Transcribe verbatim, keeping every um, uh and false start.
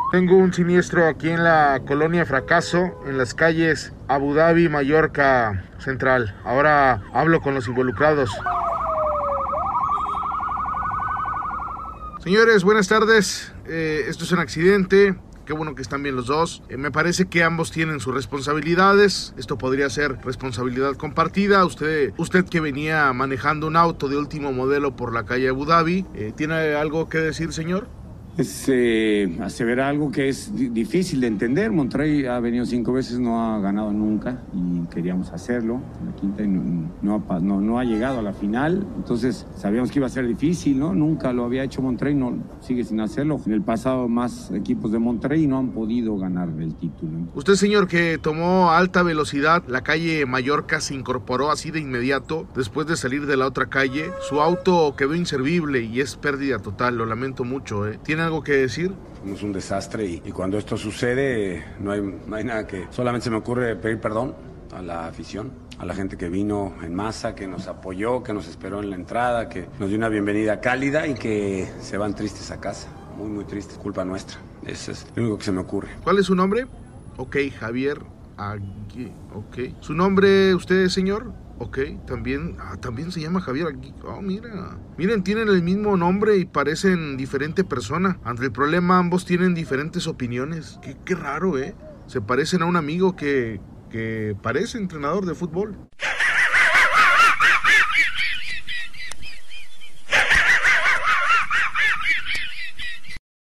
Tengo un siniestro aquí en la colonia Fracaso, en las calles Abu Dhabi, Mallorca Central. Ahora hablo con los involucrados. Señores, buenas tardes. Eh, esto es un accidente. Qué bueno que están bien los dos. Eh, me parece que ambos tienen sus responsabilidades. Esto podría ser responsabilidad compartida. Usted, usted que venía manejando un auto de último modelo por la calle Abu Dhabi, eh, ¿tiene algo que decir, señor? Es eh, aseverar algo que es di- difícil de entender. Monterrey ha venido cinco veces, no ha ganado nunca y queríamos hacerlo. La quinta y no, no, ha, pa- no, no ha llegado a la final, entonces sabíamos que iba a ser difícil, ¿no? Nunca lo había hecho Monterrey, no, sigue sin hacerlo. En el pasado más equipos de Monterrey no han podido ganar el título. Usted, señor, que tomó a alta velocidad, la calle Mallorca se incorporó así de inmediato después de salir de la otra calle. Su auto quedó inservible y es pérdida total, lo lamento mucho, ¿eh? ¿Tiene algo que decir? Es un desastre y, y cuando esto sucede no hay, no hay nada que... Solamente se me ocurre pedir perdón a la afición, a la gente que vino en masa, que nos apoyó, que nos esperó en la entrada, que nos dio una bienvenida cálida y que se van tristes a casa. Muy, muy tristes, culpa nuestra. Eso es lo único que se me ocurre. ¿Cuál es su nombre? Ok, Javier Agui. Ok. ¿Su nombre, usted, señor? Ok, también, ah, también se llama Javier Agui. Oh, mira. Miren, tienen el mismo nombre y parecen diferente persona. Ante el problema, ambos tienen diferentes opiniones. Qué, qué raro, ¿eh? Se parecen a un amigo que, que parece entrenador de fútbol.